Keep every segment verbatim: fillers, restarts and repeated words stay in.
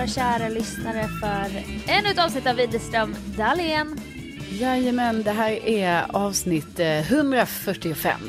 våra kära lyssnare för ännu ett avsnitt av Widerström Dahlén. Jajamän, det här är avsnitt hundrafyrtiofem.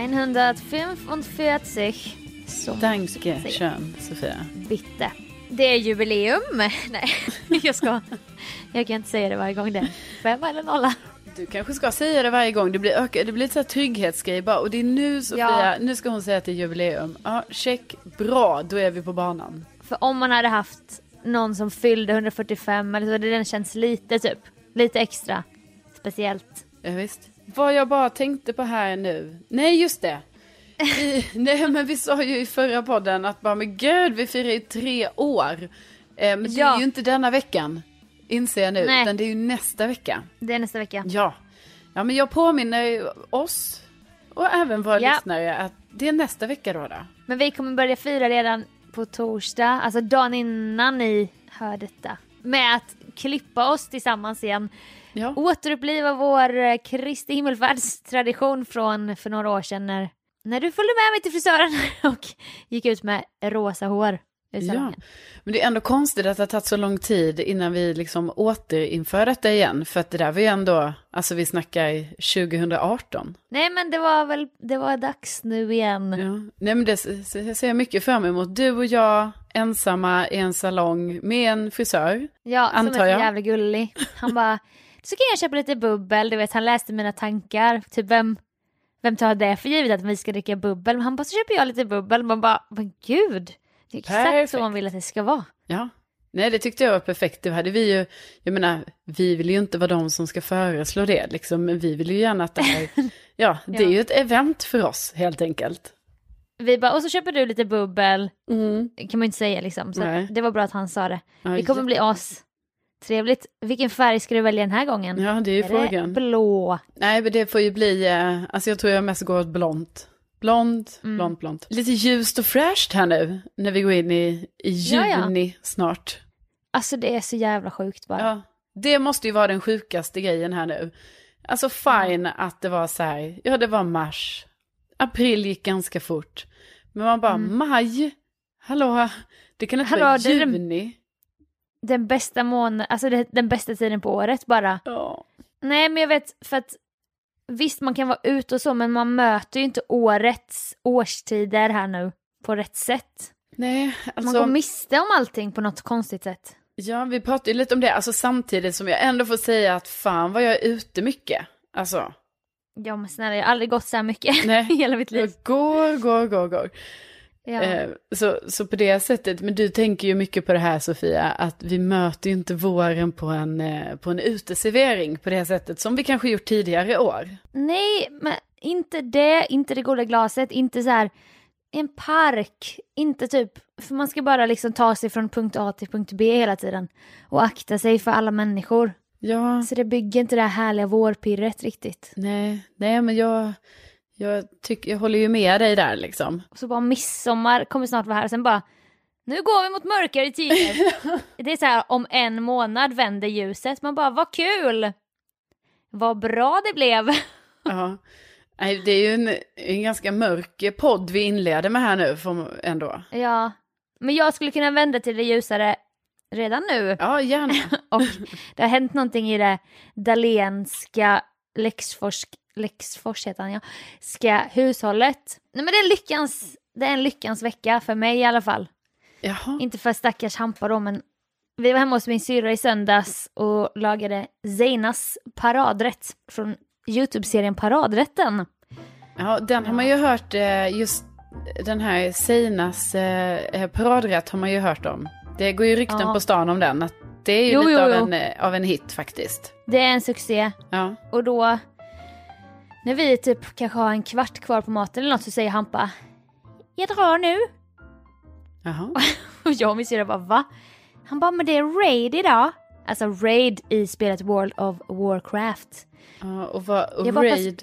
hundrafyrtiofem. Så Danske kön, Sofia. Bitte. Det är jubileum. Nej, jag ska. Jag kan inte säga det varje gång det. Fem eller nolla. Du kanske ska säga det varje gång. Det blir, öka, det blir lite så här trygghetsgrej bara. Och det är nu, Sofia, ja. Nu ska hon säga att det är jubileum. Ja, check. Bra, då är vi på banan. För om man hade haft någon som fyllde hundrafyrtiofem eller så hade den känns lite typ. Lite extra. Speciellt. Ja, visst. Vad jag bara tänkte på här nu. Nej, just det. Vi, nej, men vi sa ju i förra podden att bara, men gud, vi firar ju tre år. Eh, men det ja. är ju inte denna veckan. Inser jag nu, nej. Utan det är ju nästa vecka. Det är nästa vecka. Ja. Ja, men jag påminner oss och även våra ja. lyssnare att det är nästa vecka då, då. Men vi kommer börja fira redan på torsdag, alltså dagen innan ni hör detta. Med att klippa oss tillsammans igen. Ja. Återuppliva vår Kristi himmelfärdstradition från för några år sedan när, när du följde med mig till frisören och gick ut med rosa hår. Ja, men det är ändå konstigt att det har tagit så lång tid innan vi liksom återinför detta igen. För att det där var ju ändå, alltså vi snackar tjugohundraarton. Nej, men det var väl, det var dags nu igen. Ja. Nej, men det ser jag mycket fram emot. Du och jag ensamma i en salong med en frisör. Ja, som är så jävla gullig. Han bara, så kan jag köpa lite bubbel. Du vet, han läste mina tankar. Typ vem, vem tar det för givet att vi ska dricka bubbel? Men han bara, så köper jag lite bubbel. Man bara, men gud. Det är exakt perfekt. Så man vill att det ska vara. Ja, nej, det tyckte jag var perfekt. Det hade vi ju, jag menar, vi vill ju inte vara de som ska föreslå det liksom, men vi vill ju gärna att det här, ja, det ja. är ju ett event för oss helt enkelt. Vi bara, och så köper du lite bubbel, mm. kan man inte säga liksom, så det var bra att han sa det. Ja, det kommer ja. bli as trevligt. Vilken färg ska du välja den här gången? Ja, det är ju är frågan. Det blå? Nej, men det får ju bli, alltså jag tror jag mest går åt blont. Blond, mm. blont, blont. Lite ljust och fräscht här nu. När vi går in i, i juni ja, ja. snart. Alltså det är så jävla sjukt bara. Ja, det måste ju vara den sjukaste grejen här nu. Alltså fine mm. att det var så här. Ja, det var mars. April gick ganska fort. Men man bara, mm. maj. Hallå, det kan inte Hallå, vara juni. Den, den bästa månaden, alltså det, den bästa tiden på året bara. Ja. Nej, men jag vet, för att visst, man kan vara ute och så, men man möter ju inte årets årstider här nu på rätt sätt. Nej, alltså... Man går miste om allting på något konstigt sätt. Ja, vi pratar ju lite om det. Alltså samtidigt som jag ändå får säga att fan vad jag är ute mycket. Alltså. Ja, men snälla, jag har aldrig gått så här mycket Nej. i hela mitt liv. Jag går, går, går, går. Ja. Eh, så, så på det sättet, men du tänker ju mycket på det här, Sofia, att vi möter ju inte våren på en, eh, på en uteservering på det sättet som vi kanske gjort tidigare år. Nej, men inte det, inte det goda glaset, inte så här en park, inte typ, för man ska bara liksom ta sig från punkt A till punkt B hela tiden och akta sig för alla människor. Ja. Så det bygger inte det här härliga vårpirret riktigt. Nej, nej men jag... Jag, tycker, jag håller ju med dig där liksom. Och så bara midsommar kommer snart vara här. Och sen bara, nu går vi mot mörkare tider. Det är så här, om en månad vänder ljuset. Man bara, vad kul. Vad bra det blev. Ja, nej, det är ju en, en ganska mörk podd vi inleder med här nu för, ändå. Ja, men jag skulle kunna vända till det ljusare redan nu. Ja, gärna. Och det har hänt någonting i det Dahlénska Lexfors Lexfors heter han, ja. Ska hushållet. Nej, men det är lyckans det är en lyckans vecka för mig i alla fall. Jaha. Inte för stackars Hampa då, men vi var hemma hos min syrra i söndags och lagade Zeinas paradrätt från YouTube-serien Paradrätten. Ja, den har man ju hört, just den här Zeinas paradrätt har man ju hört om. Det går ju rykten ja. på stan om den, att det är ju jo, lite jo, av, jo. En, av en hit faktiskt. Det är en succé. Ja. Och då när vi typ kanske har en kvart kvar på maten eller något, så säger Hampa, jag drar nu. Jaha. Och jag och min syrra bara, va? Han bara, men det är raid idag. Alltså raid i spelet World of Warcraft. Ja, och vad, och bara, raid?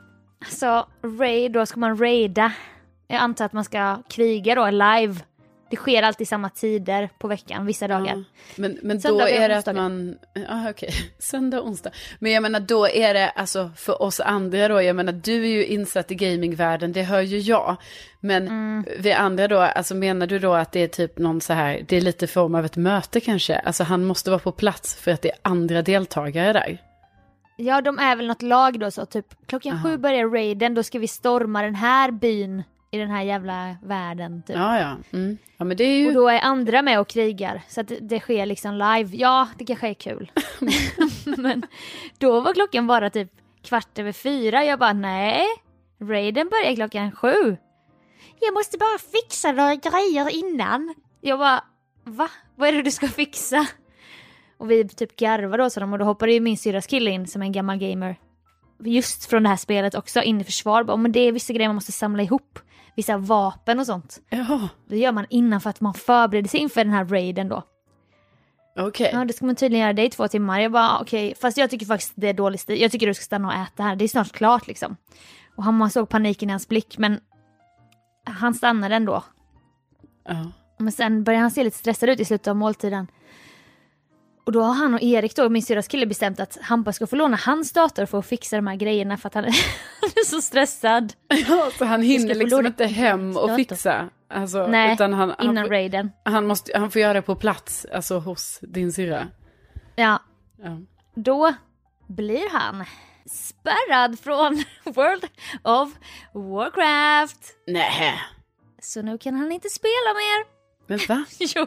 Alltså raid, då ska man raida. Jag antar att man ska kriga då live det sker alltid samma tider på veckan, vissa dagar. Ja. Men, men då är det att man, ja okej, okay. Söndag, onsdag. Men jag menar då är det, alltså för oss andra då, jag menar du är ju insatt i gamingvärlden, det hör ju jag. Men mm. vi andra då, alltså menar du då att det är typ någon så här, det är lite form av ett möte kanske? Alltså han måste vara på plats för att det är andra deltagare där. Ja, de är väl något lag då så typ klockan Aha. sju börjar raiden, då ska vi storma den här byn i den här jävla världen typ. Ja, ja. Mm. Ja, men det är ju... Och då är andra med och krigar så att det, det sker liksom live. Ja, det kanske är kul. Men då var klockan bara typ kvart över fyra. Jag bara, nej, raiden börjar klockan sju. Jag måste bara fixa några grejer innan. Jag bara, va? Vad är det du ska fixa? Och vi typ garvade oss dem och då hoppade ju min syrras kille in som en gammal gamer. Just från det här spelet också, in i försvar. Bara, men det är vissa grejer man måste samla ihop. Vissa vapen och sånt. Ja. Det gör man innan för att man förbereder sig inför den här raiden då. Okej. Okay. Ja, det ska man tydligen göra det i två timmar. Jag bara, okej. Okay. Fast jag tycker faktiskt det är dåligt stil. Jag tycker du ska stanna och äta här. Det är snart klart liksom. Och han, man såg paniken i hans blick. Men han stannade ändå. Ja. Men sen började han se lite stressad ut i slutet av måltiden. Och då har han och Erik då, min syrras kille, bestämt att Hampa ska få låna hans dator för att fixa de här grejerna för att han är, han är så stressad. Ja, så han hinner liksom inte hem och fixa. Alltså, nej, utan han, innan han, raiden. Han, måste, han får göra det på plats, alltså hos din syrra. Ja. Ja. Då blir han spärrad från World of Warcraft. Nej. Så nu kan han inte spela mer. Men va? Jo.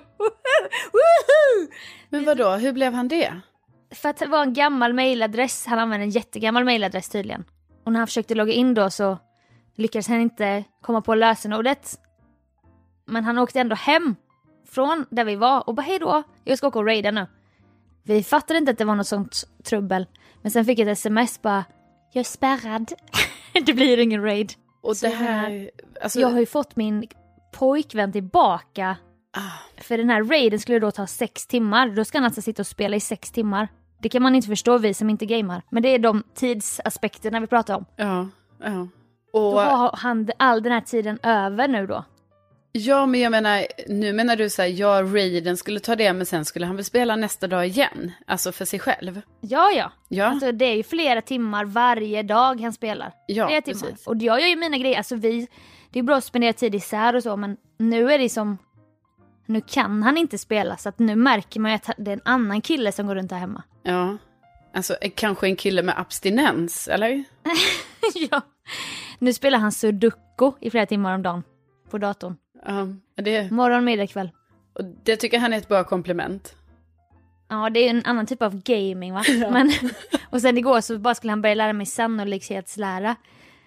Men vadå, hur blev han det? För att det var en gammal mailadress. Han använde en jättegammal mailadress tydligen. Och när han försökte logga in då så lyckades han inte komma på lösenordet. Men han åkte ändå hem från där vi var och bara, hej då, jag ska åka och raida nu. Vi fattade inte att det var något sånt trubbel. Men sen fick jag ett sms bara, jag är spärrad. Det blir ingen raid. Och det här... Alltså... Jag har ju fått min pojkvän tillbaka. Ah. För den här raiden skulle då ta sex timmar. Då ska han alltså sitta och spela i sex timmar. Det kan man inte förstå, vi som inte gamar. Men det är de tidsaspekterna vi pratar om. Ja, ja. Och då har han all den här tiden över nu då. Ja, men jag menar, nu menar du så här, ja, raiden skulle ta det, men sen skulle han väl spela nästa dag igen. Alltså för sig själv. Ja, ja. ja. Alltså det är ju flera timmar varje dag han spelar. Ja, flera timmar. Precis. Och jag gör ju mina grejer, alltså vi, det är bra att spendera tid isär och så, men nu är det som, nu kan han inte spela, så att nu märker man ju att det är en annan kille som går runt här hemma. Ja, alltså kanske en kille med abstinens, eller? Ja, nu spelar han Sudoku i flera timmar om dagen på datorn. Ja, det... Morgon, middag, kväll. Och det tycker han är ett bra komplement. Ja, det är en annan typ av gaming, va? Ja. Men, och sen igår så bara skulle han börja lära mig sannolikhetslära.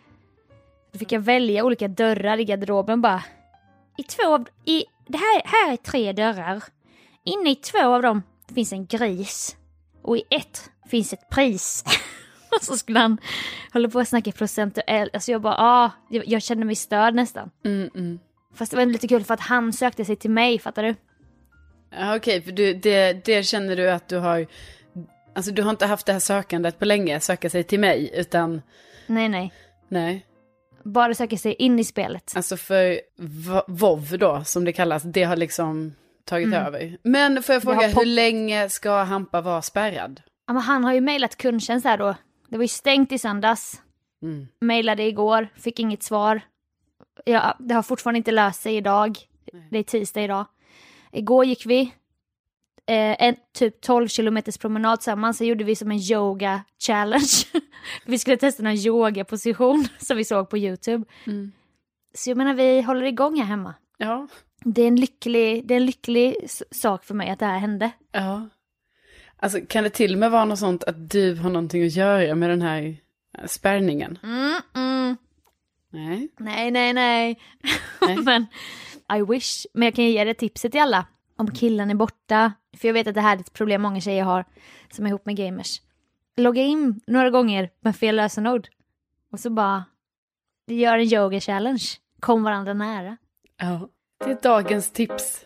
Då fick jag välja olika dörrar i garderoben bara. I två av, i, det här, här är tre dörrar. Inne i två av dem finns en gris. Och i ett finns ett pris. Och så skulle han hålla på att snacka procentuellt. Alltså jag bara, ah, jag, jag kände mig störd nästan. Mm, mm. Fast det var lite kul för att han sökte sig till mig, fattar du? Ja, okej, för du, det, det känner du att du har... Alltså du har inte haft det här sökandet på länge, söka sig till mig, utan... Nej, nej. Nej. Bara söka sig in i spelet. Alltså för v- WoW då, som det kallas, det har liksom tagit mm. över. Men får jag fråga, pop- hur länge ska Hampa vara spärrad? Ja, men han har ju mejlat kundtjänst här då. Det var ju stängt i söndags. Mm. Mejlade igår, fick inget svar. Ja, det har fortfarande inte löst sig idag. Nej. Det är tisdag idag. Igår gick vi eh, en typ tolv kilometers promenad tillsammans. Så gjorde vi som en yoga challenge. Vi skulle testa en yoga-position som vi såg på YouTube. Mm. Så jag menar, vi håller igång här hemma. Ja. Det är en lycklig, det är en lycklig sak för mig att det här hände. Ja. Alltså kan det till och med vara något sånt att du har någonting att göra med den här spärrningen? Mm, mm. Nej. Nej, nej, nej. nej. Men I wish. Men jag kan ge det tipset till alla. Om killen är borta. För jag vet att det här är ett problem många tjejer har som är ihop med gamers. Logga in några gånger med fel lösenord. Och så bara gör en yoga challenge. Kom varandra nära. Ja, det är dagens tips.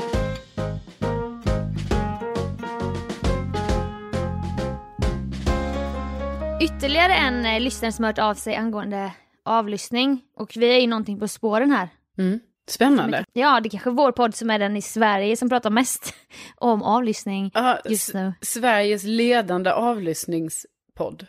Ytterligare en eh, lyssnare som har hört av sig angående avlyssning. Och vi är ju någonting på spåren här. Mm. Spännande. Ja, det är kanske vår podd som är den i Sverige som pratar mest om avlyssning uh, just nu. S- Sveriges ledande avlyssningspodd.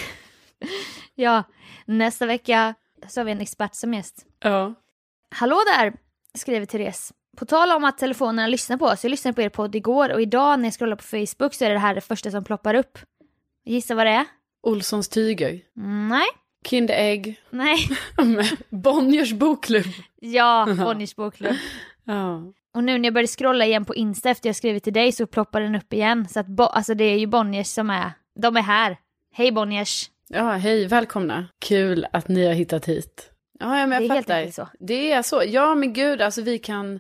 Ja, nästa vecka så har vi en expert som gäst. Ja. Hallå där, skriver Therese. På tal om att telefonerna lyssnar på oss. Jag lyssnade på er podd igår och idag när jag scrollar på Facebook så är det här det första som ploppar upp. Gissa vad det är? Olssons tyger. Mm, nej. Kinderägg. Nej. Bonniers bokklubb. Ja, Bonniers bokklubb. Ja. Och nu när jag började scrolla igen på Insta efter jag skrivit till dig så ploppar den upp igen. Så att bo- alltså det är ju Bonniers som är, de är här. Hej Bonniers. Ja, hej, välkomna. Kul att ni har hittat hit. Ja, ja men jag det är fattar. helt enkelt så. Det är så. Ja, men gud, alltså vi kan...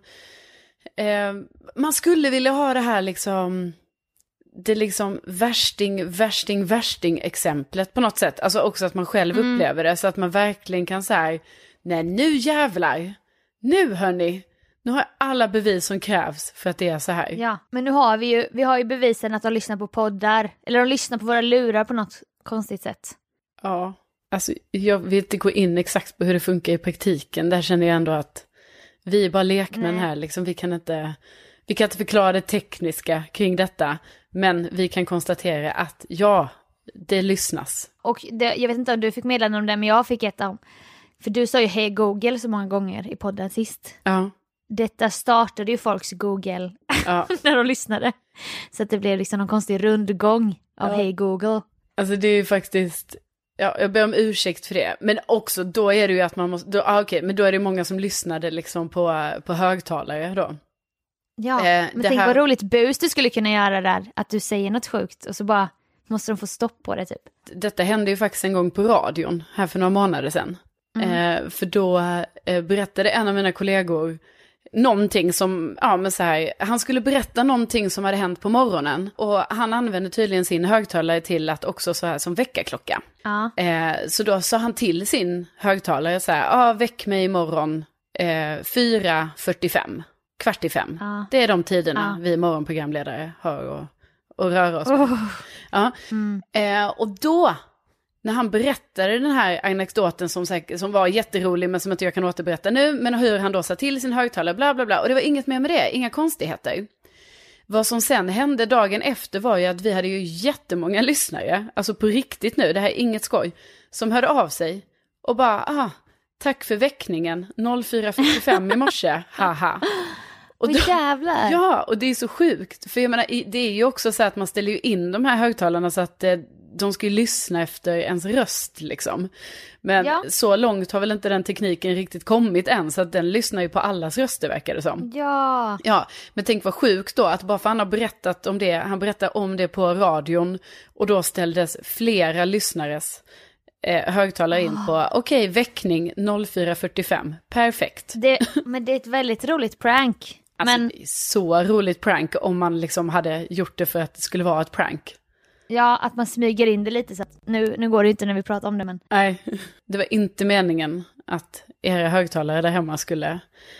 Eh, man skulle vilja ha det här liksom... Det liksom värsting, värsting, värsting exemplet på något sätt. Alltså också att man själv mm. upplever det. Så att man verkligen kan säga, nej nu jävlar. Nu hörni. Nu har jag alla bevis som krävs för att det är så här. Ja, men nu har vi ju, vi har ju bevisen att de lyssnar på poddar. Eller de lyssnar på våra lurar på något konstigt sätt. Ja, alltså jag vill inte gå in exakt på hur det funkar i praktiken. Där känner jag ändå att vi är bara lekmän här. Liksom, vi, kan inte, vi kan inte förklara det tekniska kring detta. Men vi kan konstatera att ja, det lyssnas. Och det, jag vet inte om du fick meddelande om det, men jag fick ett om. För du sa ju hej Google så många gånger i podden sist. Ja. Detta startade ju folks Google ja. när de lyssnade. Så att det blev liksom någon konstig rundgång av ja. hej Google. Alltså det är ju faktiskt, ja, jag ber om ursäkt för det. Men också då är det ju att man måste, då, ah, okej, men då är det många som lyssnade liksom på, på högtalare då. Ja, eh, men tänk här... vad roligt bus du skulle kunna göra där. Att du säger något sjukt och så bara måste de få stopp på det typ. Detta hände ju faktiskt en gång på radion här för några månader sedan. Mm. Eh, för då eh, berättade en av mina kollegor någonting som, ja men så här, han skulle berätta någonting som hade hänt på morgonen. Och han använde tydligen sin högtalare till att också så här som väckarklocka. Ja. Eh, så då sa han till sin högtalare så här, ja väck mig imorgon eh, fyra fyrtiofem. Kvart i fem. Ja. Det är de tiderna ja. vi morgonprogramledare har och, och rör oss på. Oh. Ja. Mm. Eh, och då, när han berättade den här anekdoten som, som var jätterolig men som inte jag kan återberätta nu, men hur han då sa till sin högtalare, bla bla bla. Och det var inget mer med det, inga konstigheter. Vad som sen hände dagen efter var ju att vi hade ju jättemånga lyssnare, alltså på riktigt nu, det här är inget skoj, som hörde av sig och bara, ah, tack för väckningen, fyra fyrtiofem i morse, haha. Och då, jävlar. Ja, och det är så sjukt. För jag menar, det är ju också så att man ställer ju in de här högtalarna så att eh, de ska ju lyssna efter ens röst liksom. Men ja. så långt har väl inte den tekniken riktigt kommit än, så att den lyssnar ju på allas röster verkar det som. Ja. Ja, men tänk vad sjukt då att bara för han har berättat om det, han berättar om det på radion och då ställdes flera lyssnares Eh, högtalare in på, oh. okej, okay, väckning fyra fyrtiofem, perfekt. Det, men det är ett väldigt roligt prank. Alltså, men... det är så roligt prank om man liksom hade gjort det för att det skulle vara ett prank. Ja, att man smyger in det lite så att nu, nu går det inte när vi pratar om det, men... Nej, det var inte meningen att era högtalare där hemma skulle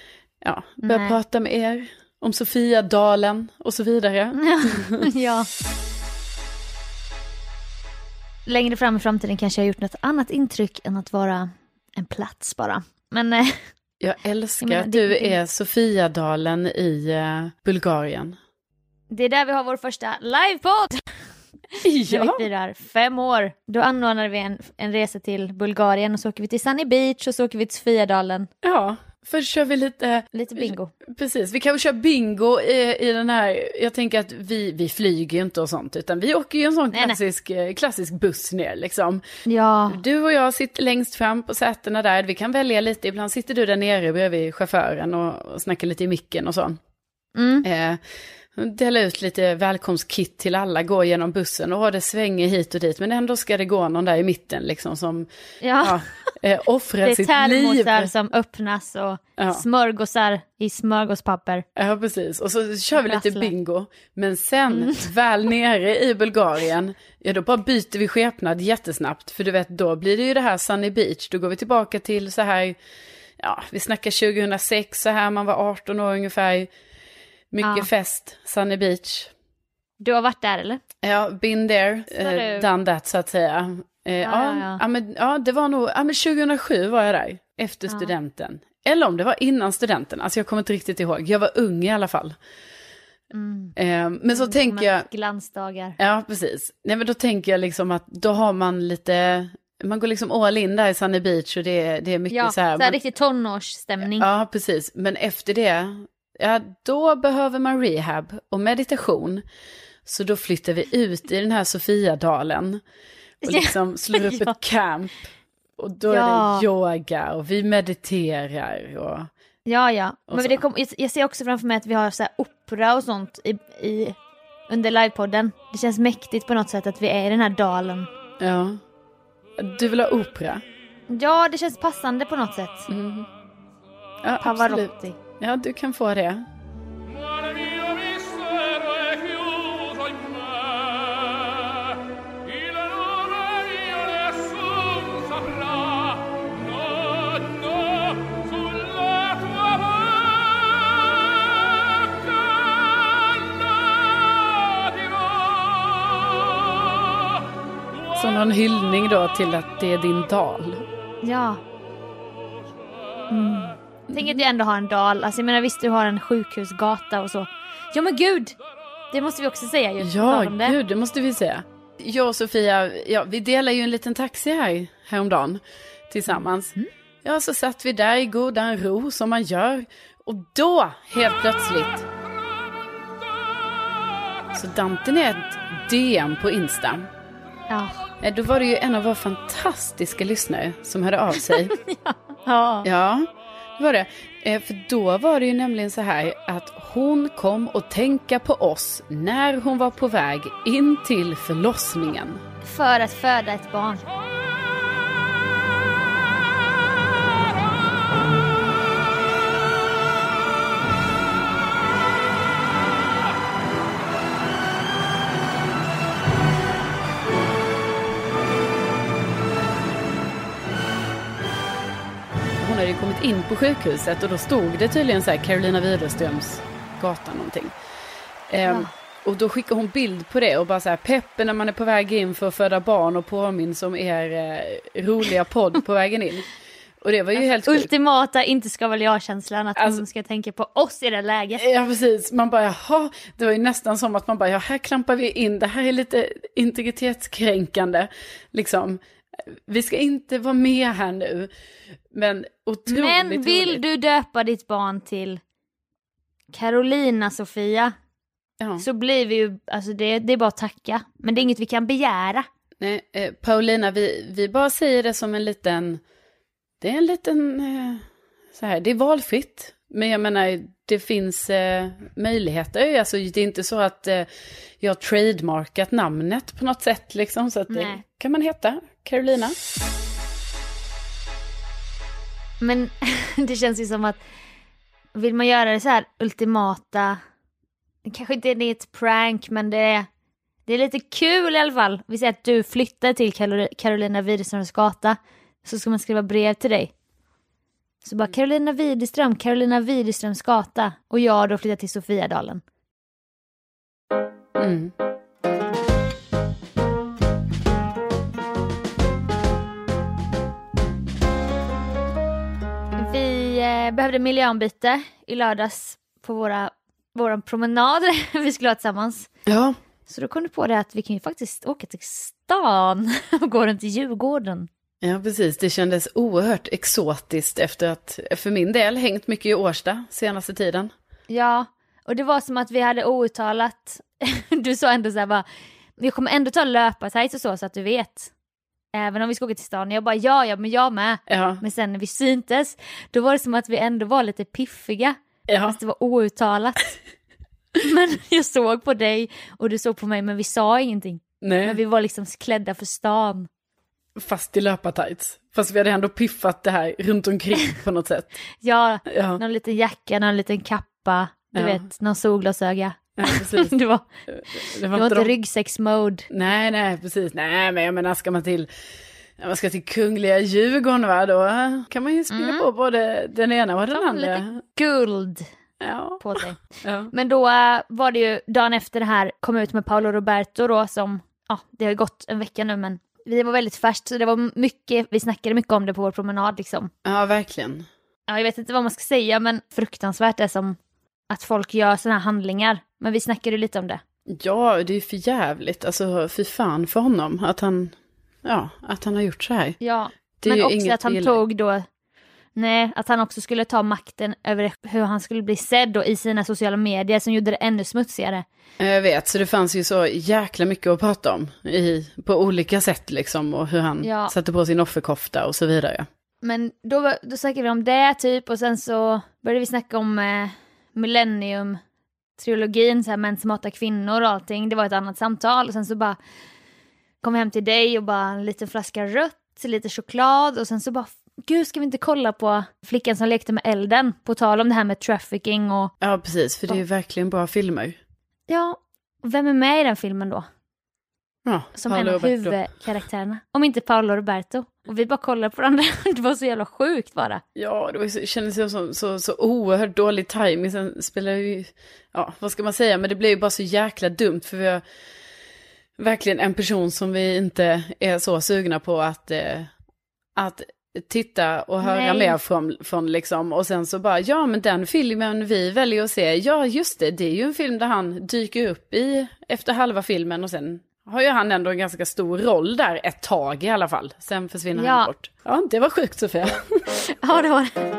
ja, börja Nej. prata med er om Sofiadalen och så vidare. Ja. Längre fram i framtiden kanske jag har gjort något annat intryck än att vara en plats bara. Men eh, jag älskar jag menar, att du det, är Sofiadalen i uh, Bulgarien. Det är där vi har vår första livepodd. Ja. När vi firar fem år. Då anordnar vi en, en resa till Bulgarien och så åker vi till Sunny Beach och så åker vi till Sofiadalen. Ja. Först kör vi lite... Lite bingo. Precis, vi kan väl köra bingo i, i den här... Jag tänker att vi, vi flyger ju inte och sånt, utan vi åker ju en sån nej, klassisk, nej. klassisk buss ner liksom. Ja. Du och jag sitter längst fram på sätena där. Vi kan välja lite. Ibland sitter du där nere bredvid chauffören och, och snackar lite i micken och så. Mm. Eh, dela ut lite välkomstkit till alla, gå genom bussen och det svänger hit och dit, men ändå ska det gå någon där i mitten liksom som ja. ja, eh, offrar sitt liv. Det är termosar som öppnas och ja. smörgåsar i smörgåspapper. Ja, precis. Och så kör vi lite bingo. Men sen, mm. väl nere i Bulgarien, ja då bara byter vi skepnad jättesnabbt. För du vet, då blir det ju det här Sunny Beach. Då går vi tillbaka till så här, ja, vi snackar tjugohundrasex, så här man var arton år ungefär. Mycket ja. fest, Sunny Beach. Du har varit där eller? Ja, been there, eh, done that så att säga. Eh, ja, ja. Ja, men, ja, det var nog, ja men tjugohundrasju var jag där, efter ja. studenten. Eller om det var innan studenten. Alltså jag kommer inte riktigt ihåg. Jag var ung i alla fall. Mm. Eh, men så mm, tänker jag... Glansdagar. Ja, precis. Nej, men då tänker jag liksom att då har man lite... Man går liksom all in där i Sunny Beach och det, det är mycket ja, så här... Ja, så här riktigt tonårsstämning. Ja, precis. Men efter det, ja, då behöver man rehab och meditation. Så då flyttar vi ut i den här Sofiadalen och liksom slår upp ja. ett camp. Och då ja. är det yoga och vi mediterar och... Ja, ja. Och men det kom, jag ser också framför mig att vi har så här opera och sånt i, i, under livepodden. Det känns mäktigt på något sätt att vi är i den här dalen. Ja. Du vill ha opera? Ja, det känns passande på något sätt. Mm. Ja, Pavarotti. Absolut. Ja, du kan få det. Som en hyllning då till att det är din dal. Ja. Mm. Tänk att jag ändå har en dal. Alltså jag menar visst du har en sjukhusgata och så. Ja men gud! Det måste vi också säga ju. Ja det. Gud, det måste vi säga. Jag och Sofia, ja, vi delar ju en liten taxi här häromdagen tillsammans. Mm. Ja, så satt vi där i godan ro som man gör. Och då, helt plötsligt, så damp det ner ett D M på Insta. Ja. Då var det ju en av våra fantastiska lyssnare som hörde av sig. ja. Ja, det var det. För då var det ju nämligen så här att hon kom att tänka på oss när hon var på väg in till förlossningen. För att föda ett barn. Hon hade kommit in på sjukhuset och då stod det tydligen så här Carolina Widerströms gata någonting. Ehm, ja. Och då skickade hon bild på det och bara så här peppen när man är på väg in för att föda barn och påminn som er eh, roliga podd på vägen in. Och det var ju alltså, helt sjukt. Ultimata inte ska väl jag-känslan att alltså, hon ska tänka på oss i det läget. Ja, precis. Man bara, jaha, det var ju nästan som att man bara, ja här klampar vi in, det här är lite integritetskränkande, liksom. Vi ska inte vara med här nu. Men otroligt Men vill roligt. Du döpa ditt barn till Carolina Sofia ja. Så blir vi ju, alltså det, det är bara att tacka. Men det är inget vi kan begära. Nej, eh, Paulina, vi, vi bara säger det som en liten, det är en liten, eh, så här, det är valfritt. Men jag menar, det finns eh, möjligheter. Alltså, det är inte så att eh, jag har trademarkat namnet på något sätt. Liksom, så att det kan man heta Carolina. Men det känns ju som att vill man göra det så här ultimata, kanske inte det är ett prank, men det är, det är lite kul i alla fall. Vi säger att du flyttar till Carolina Widerströms gata, så ska man skriva brev till dig. Så bara Carolina Widerström, Carolina Widerströms gata. Och jag då flyttar till Sofiadalen. Mm. Vi eh, behövde miljöombyte i lördags på våra, våra promenader vi skulle ha tillsammans. Ja. Så då kom du på det att vi kan ju faktiskt åka till stan och gå runt i Djurgården. Ja, precis. Det kändes oerhört exotiskt efter att, för min del, hängt mycket i Årsta senaste tiden. Ja, och det var som att vi hade outtalat. Du sa ändå så här bara, vi kommer ändå ta löpartajt och så, så att du vet. Även om vi ska åka till stan. Jag bara, ja, ja, men jag med. Ja. Men sen när vi syntes, då var det som att vi ändå var lite piffiga. Ja. Fast det var outtalat. Men jag såg på dig och du såg på mig, men vi sa ingenting. Nej. Men vi var liksom klädda för stan. Fast i löpartajts. Fast vi hade ändå piffat det här runt omkring på något sätt. Ja, ja, någon liten jacka, någon liten kappa, du ja. vet, någon solglasöga. Ja, precis. det var, det var, det var inte de... ryggsäcksmode. Nej, nej, precis. Nej, men jag menar, ska man till, man ska till Kungliga Djurgården, va, då kan man ju spela mm. på både den ena och den Som andra. Lite guld ja. på sig. Ja. Men då uh, var det ju dagen efter det här, kom ut med Paolo Roberto då, som, ja, det har ju gått en vecka nu, men vi var väldigt färskt, så det var mycket, vi snackade mycket om det på vår promenad liksom. Ja, verkligen. ja, jag vet inte vad man ska säga, men fruktansvärt är som att folk gör såna här handlingar. Men vi snackade ju lite om det. Ja, det är ju för jävligt. Alltså, fy fan för honom att han, ja, att han har gjort så här. Ja, det är men ju också inget att han illa. tog då, nej, att han också skulle ta makten över hur han skulle bli sedd då i sina sociala medier som gjorde det ännu smutsigare. Jag vet, så det fanns ju så jäkla mycket att prata om i, på olika sätt liksom, och hur han ja. satte på sin offerkofta och så vidare. Men då, då snackade vi om det typ, och sen så började vi snacka om eh, Millennium-trilogin, så här män som hatar kvinnor och allting. Det var ett annat samtal, och sen så bara kom vi hem till dig och bara en liten flaska rött, lite choklad, och sen så bara, gud, ska vi inte kolla på Flickan som lekte med elden, på tal om det här med trafficking och... Ja, precis, för det är ju verkligen bra filmer. Ja, och vem är med i den filmen då? Ja, som Paolo en av Roberto. Huvudkaraktärerna. Om inte Paolo Roberto. Och vi bara kollar på den. Det var så jävla sjukt bara. Ja, det, var så, det kändes som så, så, så oerhört dålig timing. Sen spelar ju, ja, vad ska man säga? Men det blev ju bara så jäkla dumt. För vi har verkligen en person som vi inte är så sugna på att, eh, att titta och höra Nej. mer från, från liksom. Och sen så bara, ja men den filmen vi väljer att se. Ja, just det. Det är ju en film där han dyker upp i efter halva filmen och sen... har ju han ändå en ganska stor roll där ett tag i alla fall. Sen försvinner ja. han bort. Ja, det var sjukt, Sofia. Ja, det var det.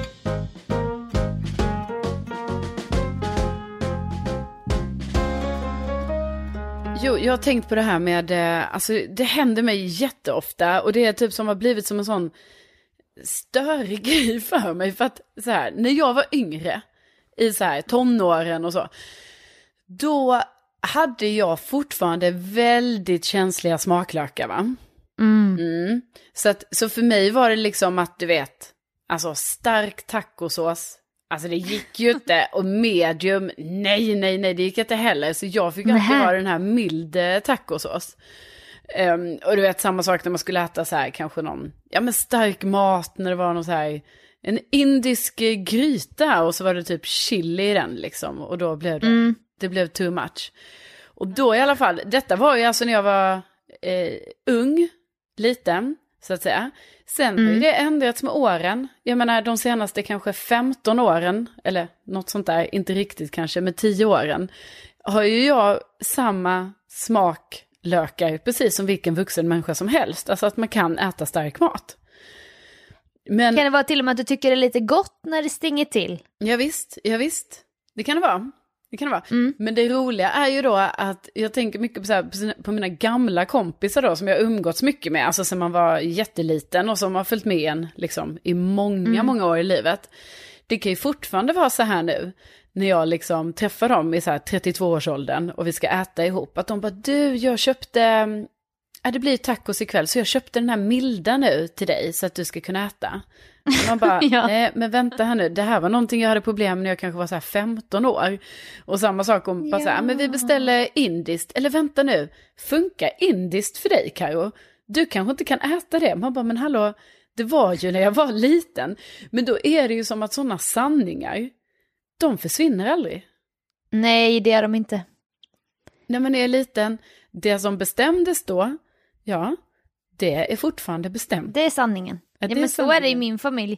Jo, jag har tänkt på det här med, alltså det händer mig jätteofta. Och det är typ som har blivit som en sån störig grej för mig. För att så här, när jag var yngre, i så här tonåren och så, då... hade jag fortfarande väldigt känsliga smaklökar, va? Mm. Mm. Så, att, så för mig var det liksom att, du vet, alltså stark tacosås, alltså det gick ju inte, och medium, nej, nej, nej, det gick inte heller. Så jag fick alltid ha den här milde tacosås. Um, och du vet, samma sak när man skulle äta så här, kanske någon, ja men stark mat, när det var någon så här, en indisk gryta, och så var det typ chili i den liksom, och då blev det... Mm. Det blev too much. Och då i alla fall, detta var ju alltså när jag var eh, ung, liten, så att säga. Sen mm. har ju det ändrats med åren. Jag menar, de senaste kanske femton åren, eller något sånt där, inte riktigt kanske, med tio åren, har ju jag samma smaklökar, precis som vilken vuxen människa som helst. Alltså att man kan äta stark mat. Men, kan det vara till och med att du tycker det är lite gott när det stinger till? Ja visst, ja visst. Det kan det vara. Det kan det vara. Mm. Men det roliga är ju då att jag tänker mycket på, så här, på, sina, på mina gamla kompisar då, som jag umgåtts mycket med, alltså sen man var jätteliten och som har följt med en liksom i många, mm. många år i livet. Det kan ju fortfarande vara så här nu, när jag liksom träffar dem i så här trettiotvå-årsåldern och vi ska äta ihop, att de bara, du, jag köpte, ja, det blir tacos ikväll, så jag köpte den här milda nu till dig så att du ska kunna äta. Och man bara, ja. nej men vänta här nu, det här var någonting jag hade problem när jag kanske var så här femton år. Och samma sak om, bara ja. så här, men vi beställer indiskt, eller vänta nu, funkar indiskt för dig, Karo? Du kanske inte kan äta det. Man bara, men hallå, det var ju när jag var liten. Men då är det ju som att sådana sanningar, de försvinner aldrig. Nej, det är de inte. När man är liten, det som bestämdes då, ja, det är fortfarande bestämt. Det är sanningen. Ja, men så är det i min familj.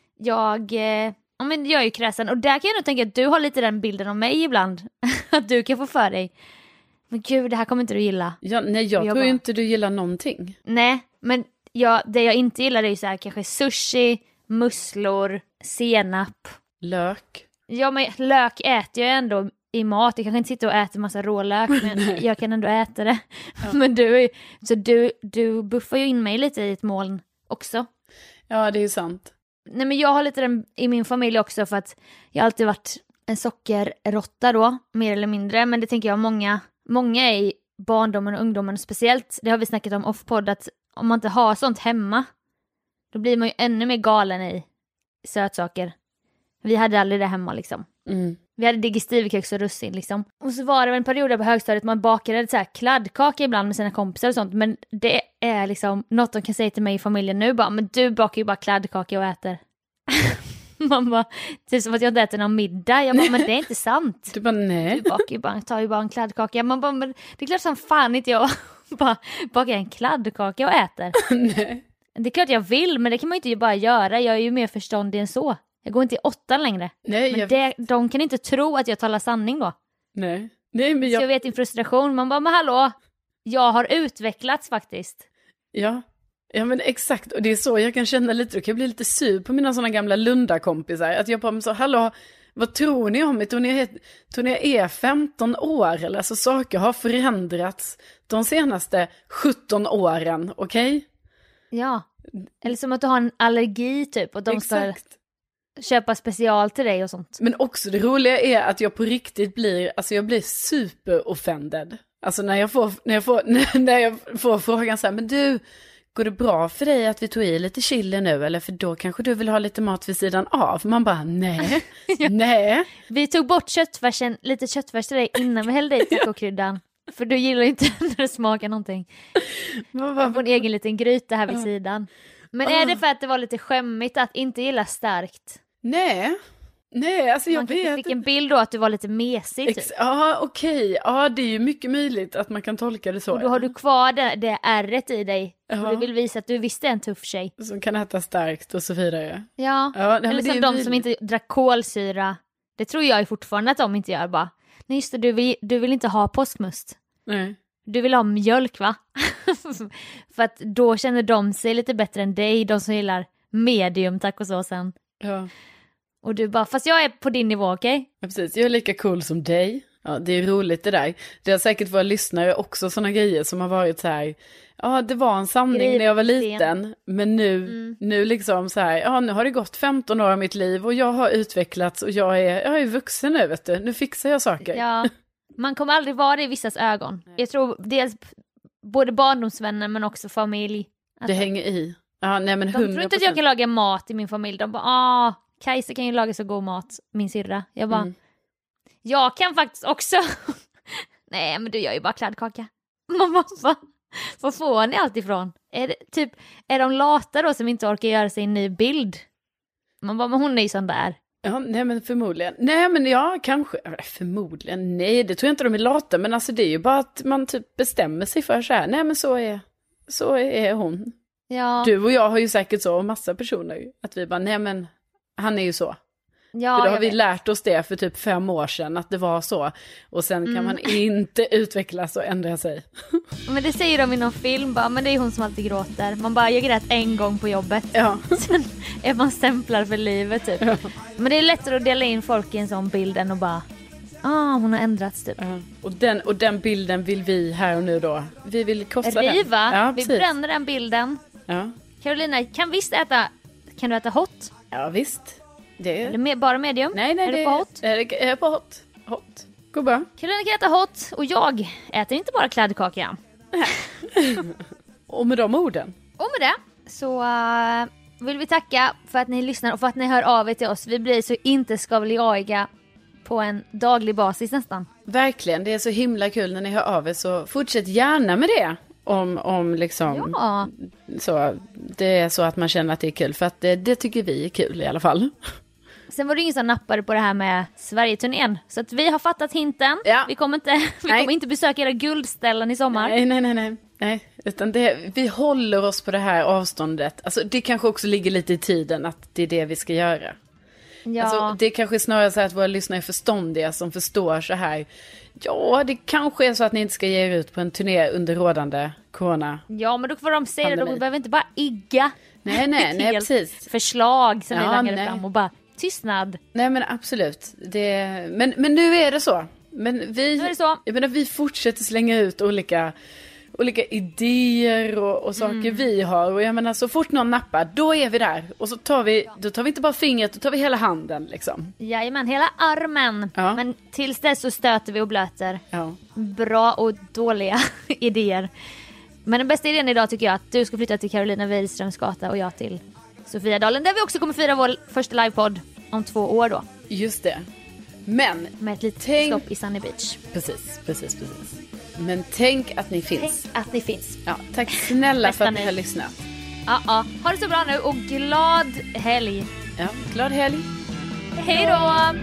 Jag, eh, ja, men jag är ju kräsen. Och där kan jag nog tänka att du har lite den bilden av mig ibland. Att du kan få för dig. Men gud, det här kommer inte du gilla. Ja, nej, jag, jag tror bara... inte du gillar någonting. Nej, men jag, det jag inte gillar är ju så här, kanske sushi, musslor, senap. Lök. Ja, men lök äter jag ändå i mat. Jag kanske inte sitter och äter massa rålök, men jag kan ändå äta det. Ja. Men du, så du, du buffar ju in mig lite i ett moln också. Ja, det är ju sant. Nej, men jag har lite den i min familj också, för att jag har alltid varit en sockerrotta då, mer eller mindre. Men det tänker jag många, många är i barndomen och ungdomen speciellt. Det har vi snackat om off-podd, att om man inte har sånt hemma, då blir man ju ännu mer galen i sötsaker. Vi hade aldrig det hemma liksom. Mm. Vi hade digestivkex och russin liksom. Och så var det en period på högstadiet man bakade så här kladdkaka ibland med sina kompisar och sånt. Men det är liksom något de kan säga till mig i familjen nu bara, men du bakar ju bara kladdkaka och äter. Man bara, det är som att jag inte äter någon middag. Jag bara, men det är inte sant. Du bara, nej. Du bakar ju bara, tar ju bara en kladdkaka. Man bara, men det är klart som fan inte jag bara bakar en kladdkaka och äter. Nej. Det är klart jag vill, men det kan man ju inte bara göra. Jag är ju mer förståndig än så. Jag går inte i åttan längre. Nej, men det, de kan inte tro att jag talar sanning då. Nej. Nej, men jag... Så jag vet din frustration. Man bara, men hallå, jag har utvecklats faktiskt. Ja, ja men exakt. Och det är så jag kan känna lite, jag kan bli lite sur på mina sådana gamla Lunda-kompisar. Att jag bara så, hallå, vad tror ni om mig? Tror ni, tror ni jag är femton år? Eller alltså saker har förändrats de senaste sjutton åren, okej? Okay? Ja, eller som att du har en allergi typ. Och de exakt. Ska köpa special till dig och sånt. Men också det roliga är att jag på riktigt blir, alltså jag blir super-offended. Alltså när jag får, när jag får, när jag får frågan så här, men du, går det bra för dig att vi tog i lite chili nu? Eller för då kanske du vill ha lite mat vid sidan av. Man bara, nej, ja. nej. Vi tog bort köttfärsen, lite köttfärs till dig innan vi hällde i tacokryddan. För du gillar inte när det smakar någonting. Man får en egen liten gryta här vid uh. sidan. Men är det för att det var lite skämmigt att inte gilla starkt? Nej. Nej, alltså jag man vet. Man fick en bild då att du var lite mesig typ. Ex- ja, okej. Okay. Ja, det är ju mycket möjligt att man kan tolka det så. Och då har du kvar det, det ärret i dig. Uh-huh. Och du vill visa att du visst är en tuff tjej. Som kan äta starkt och så vidare. Ja, ja nej, eller som de vill. Som inte drack kolsyra. Det tror jag fortfarande att de inte gör bara. Nej just det, du vill, du vill inte ha påskmust. Nej. Du vill ha mjölk va? För att då känner de sig lite bättre än dig. De som gillar medium tacosåsen. Ja. Och du bara, fast jag är på din nivå, okej? Okay? Ja, precis. Jag är lika cool som dig. Ja, det är roligt det där. Det har säkert våra lyssnare också sådana grejer som har varit så här. Ja, det var en sanning Griv, när jag var liten. Men nu, mm. nu liksom så här. Ja, nu har det gått femton år av mitt liv och jag har utvecklats och jag är, jag är vuxen nu, vet du. Nu fixar jag saker. Ja, man kommer aldrig vara det i vissas ögon. Jag tror dels både barndomsvänner men också familj. Det hänger i. Ja, nej men hundra procent. De tror inte att jag kan laga mat i min familj. De bara, ah, Kajsa kan ju laga så god mat, min syrra. Jag bara, mm. jag kan faktiskt också. Nej, men du gör ju bara kladdkaka. Mamma, vad, vad får ni allt ifrån? Är det, typ, är de lata då som inte orkar göra sig en ny bild? Man bara, men hon är ju sån där. Ja, nej men förmodligen. Nej men ja, kanske. Förmodligen, nej det tror jag inte de är lata. Men alltså det är ju bara att man typ bestämmer sig för så här. Nej men så är, så är hon. Ja. Du och jag har ju säkert så, och massa personer. Att vi bara, nej men han är ju så. Ja, för då har vi vet. lärt oss det för typ fem år sedan att det var så. Och sen kan mm. man inte utvecklas och ändra sig. Men det säger de i någon film bara, men det är hon som alltid gråter. Man bara, jag grät en gång på jobbet. Ja. Sen är man stämplad för livet typ. Ja. Men det är lättare att dela in folk i en sån bild än att bara, ah hon har ändrats typ. Ja. Och, den, och den bilden vill vi här och nu då. Vi vill krossa den. Riva, ja, vi bränner den bilden. Ja. Carolina, kan visst äta, kan du äta hot? Ja visst. Det är... Eller med, bara medium? Nej, nej, är det du på hot? Är det är på hot. Hot. Gå bra. Carolina kan äta hot och jag äter inte bara kladdkaka. Och med de orden. Och med det så uh, vill vi tacka för att ni lyssnar och för att ni hör av er till oss. Vi blir så inte skavliga på en daglig basis nästan. Verkligen, det är så himla kul när ni hör av er, så fortsätt gärna med det. Om, om liksom ja. så, det är så att man känner att det är kul. För att det, det tycker vi är kul i alla fall. Sen var det ingen som nappade på det här med Sverige-turnén. Så att vi har fattat hinten. Ja. Vi kommer inte, vi kommer inte besöka era guldställen i sommar. Nej, nej, nej, nej. nej. Utan det, vi håller oss på det här avståndet. Alltså det kanske också ligger lite i tiden att det är det vi ska göra. Ja. Alltså, det är kanske snarare så att våra lyssnare är förståndiga som förstår så här. Ja, det kanske är så att ni inte ska ge er ut på en turné under rådande corona. Ja, men då får de säga det. De behöver inte bara igga. Nej, nej, nej, precis. Förslag som ja, vi langade fram och bara tystnad. Nej, men absolut. Det, men, men nu är det så. Men vi, nu är det så. Jag menar, vi fortsätter slänga ut olika... olika idéer och, och saker mm. vi har. Och jag menar, så fort någon nappar, då är vi där. Och så tar vi, då tar vi inte bara fingret, då tar vi hela handen liksom. Jajamän, hela armen. Ja. Men tills dess så stöter vi och blöter. Ja. Bra och dåliga idéer. Men den bästa idén idag tycker jag att du ska flytta till Carolina Widerströms gata och jag till Sofiadalen. Där vi också kommer fira vår första livepodd om två år då. Just det. Men med ett litet tänk... stopp i Sunny Beach. Precis, precis, precis. Men tänk att ni finns. Tänk att ni finns. Ja, tack snälla för att ni har lyssnat. Ja, ja. Ha det så bra nu och glad helg. Ja, glad helg. Hej då!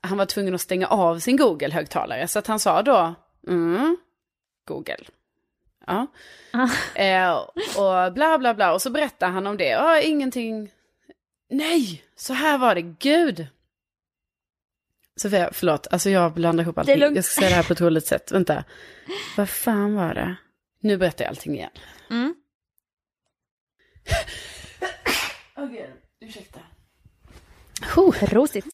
han var tvungen att stänga av sin Google-högtalare. Så att han sa då, mm, Google. Ja. Ah. Eh, och bla bla bla. Och så berättade han om det. Ja, ingenting. Nej, så här var det. Gud. Sofia, förlåt. Alltså jag blandar ihop allting. Jag ska säga det här på ett roligt sätt. Vänta. Vad fan var det? Nu berättar jag allting igen. Mm. Okej, okay, ursäkta. Oh, rosigt.